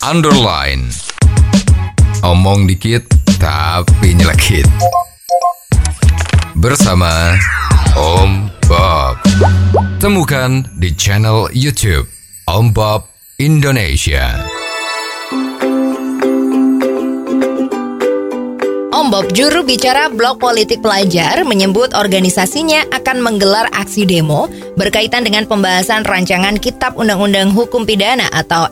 underline. Omong dikit tapi nyelekit. Bersama Om Bob. Temukan di channel YouTube Om Bob Indonesia. Om Bob, juru bicara Blok Politik Pelajar, menyebut organisasinya akan menggelar aksi demo berkaitan dengan pembahasan rancangan Kitab Undang-Undang Hukum Pidana atau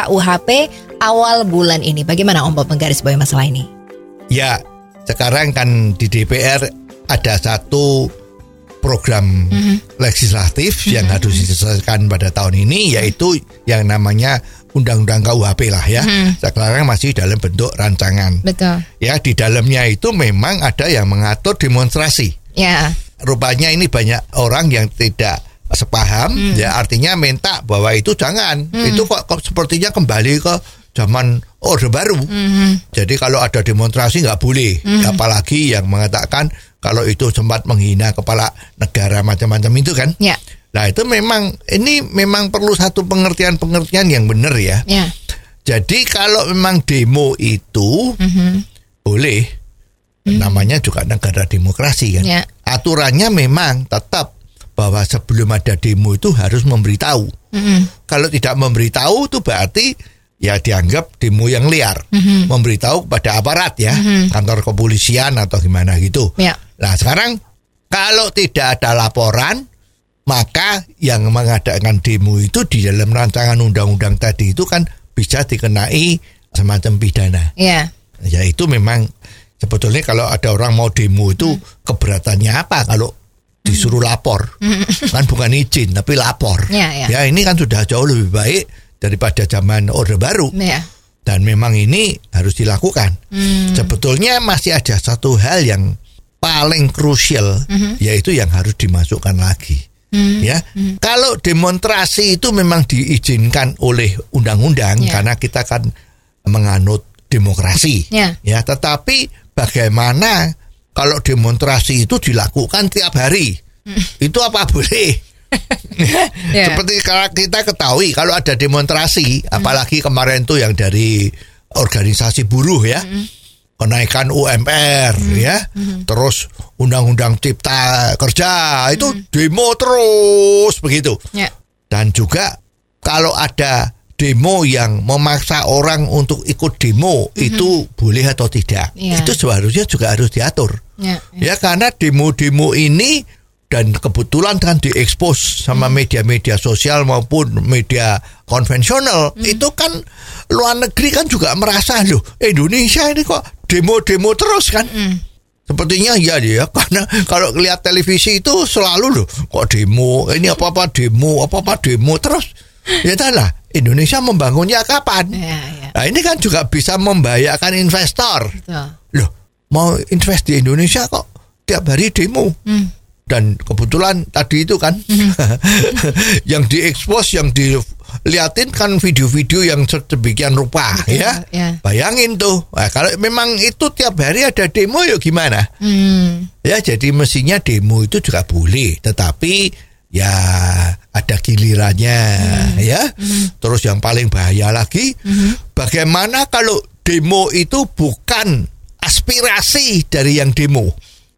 RKUHP awal bulan ini. Bagaimana Om Bob menggarisbawahi masalah ini? Ya, sekarang kan di DPR ada satu program legislatif yang harus diselesaikan pada tahun ini, yaitu yang namanya Undang-Undang KUHP lah ya. Sekarang masih dalam bentuk rancangan. Betul. Ya, di dalamnya itu memang ada yang mengatur demonstrasi. Ya. Rupanya ini banyak orang yang tidak sepaham, ya artinya minta bahwa itu jangan. Itu kok sepertinya kembali ke zaman Orde Baru. Jadi kalau ada demonstrasi nggak boleh. Apalagi yang mengatakan kalau itu sempat menghina kepala negara macam-macam itu kan. Ya. Nah itu memang perlu satu pengertian yang benar ya. Ya. Jadi kalau memang demo itu boleh, namanya juga negara demokrasi kan. Ya. Aturannya memang tetap bahwa sebelum ada demo itu harus memberitahu. Kalau tidak memberitahu itu berarti ya dianggap demo yang liar. Memberitahu kepada aparat ya, kantor kepolisian atau gimana gitu. Ya. Nah sekarang kalau tidak ada laporan, maka yang mengadakan demo itu di dalam rancangan undang-undang tadi itu kan bisa dikenai semacam pidana. Ya. Ya itu memang sebetulnya kalau ada orang mau demo itu keberatannya apa kalau disuruh lapor? Kan bukan izin tapi lapor. Ya ini kan sudah jauh lebih baik daripada zaman Orde Baru. Ya. Dan memang ini harus dilakukan. Sebetulnya masih ada satu hal yang paling krusial, yaitu yang harus dimasukkan lagi. Ya, kalau demonstrasi itu memang diizinkan oleh undang-undang karena kita kan menganut demokrasi. Ya, tetapi bagaimana kalau demonstrasi itu dilakukan tiap hari? Itu apa boleh? Seperti kalau kita ketahui kalau ada demonstrasi, apalagi kemarin tuh yang dari organisasi buruh ya, kenaikan UMR ya, terus undang-undang cipta kerja itu demo terus begitu. Dan juga kalau ada demo yang memaksa orang untuk ikut demo itu boleh atau tidak, itu seharusnya juga harus diatur. Ya karena demo-demo ini dan kebetulan kan diekspos sama media-media sosial maupun media konvensional, itu kan luar negeri kan juga merasa loh Indonesia ini kok demo-demo terus kan. Sepertinya ya karena kalau lihat televisi itu selalu loh kok demo, ini apa-apa demo terus. Ya lah Indonesia membangunnya kapan? Nah ini kan juga bisa membahayakan investor. Loh mau invest di Indonesia kok tiap hari demo. Dan kebetulan tadi itu kan yang diekspos, yang dilihatin kan video-video yang sedemikian rupa. Ya. Bayangin tuh, nah, kalau memang itu tiap hari ada demo ya gimana? Ya jadi mestinya demo itu juga boleh, tetapi ya ada gilirannya ya. Terus yang paling bahaya lagi, bagaimana kalau demo itu bukan aspirasi dari yang demo?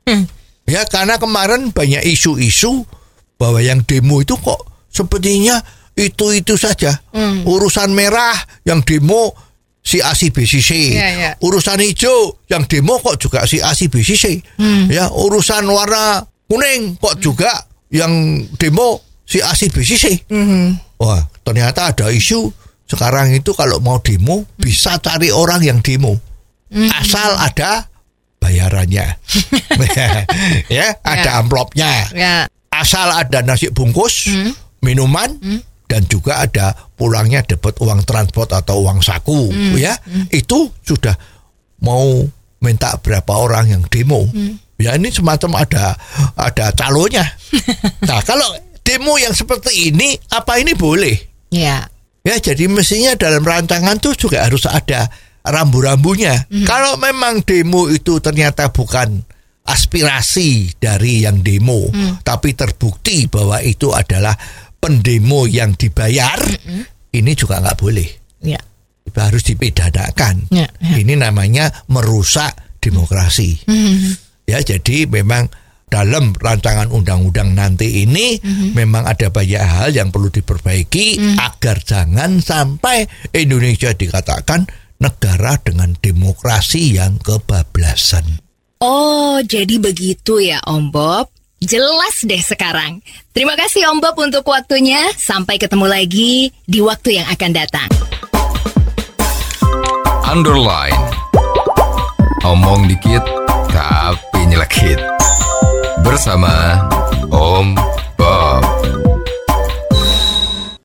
Ya karena kemarin banyak isu-isu bahwa yang demo itu kok sepertinya itu saja. Urusan merah yang demo si A si B si C. Urusan hijau yang demo kok juga si A si B si C. Ya urusan warna kuning kok juga yang demo si A si B si C. Wah ternyata ada isu sekarang itu kalau mau demo bisa cari orang yang demo asal ada bayarannya. Ya, ada amplopnya. Asal ada nasi bungkus, minuman, dan juga ada pulangnya dapat uang transport atau uang saku, ya. Itu sudah mau minta berapa orang yang demo. Ya ini semacam ada calonnya. Nah, kalau demo yang seperti ini apa ini boleh? Ya, jadi mestinya dalam rancangan tuh juga harus ada rambu-rambunya. Kalau memang demo itu ternyata bukan aspirasi dari yang demo, tapi terbukti bahwa itu adalah pendemo yang dibayar, ini juga nggak boleh. harus dipidanakan. Ini namanya merusak demokrasi. Ya, jadi memang dalam rancangan undang-undang nanti ini memang ada banyak hal yang perlu diperbaiki agar jangan sampai Indonesia dikatakan negara dengan demokrasi yang kebablasan. Oh, jadi begitu ya Om Bob. Jelas deh sekarang. Terima kasih Om Bob untuk waktunya. Sampai ketemu lagi di waktu yang akan datang. Underline. Omong dikit tapi nyelekit. Bersama Om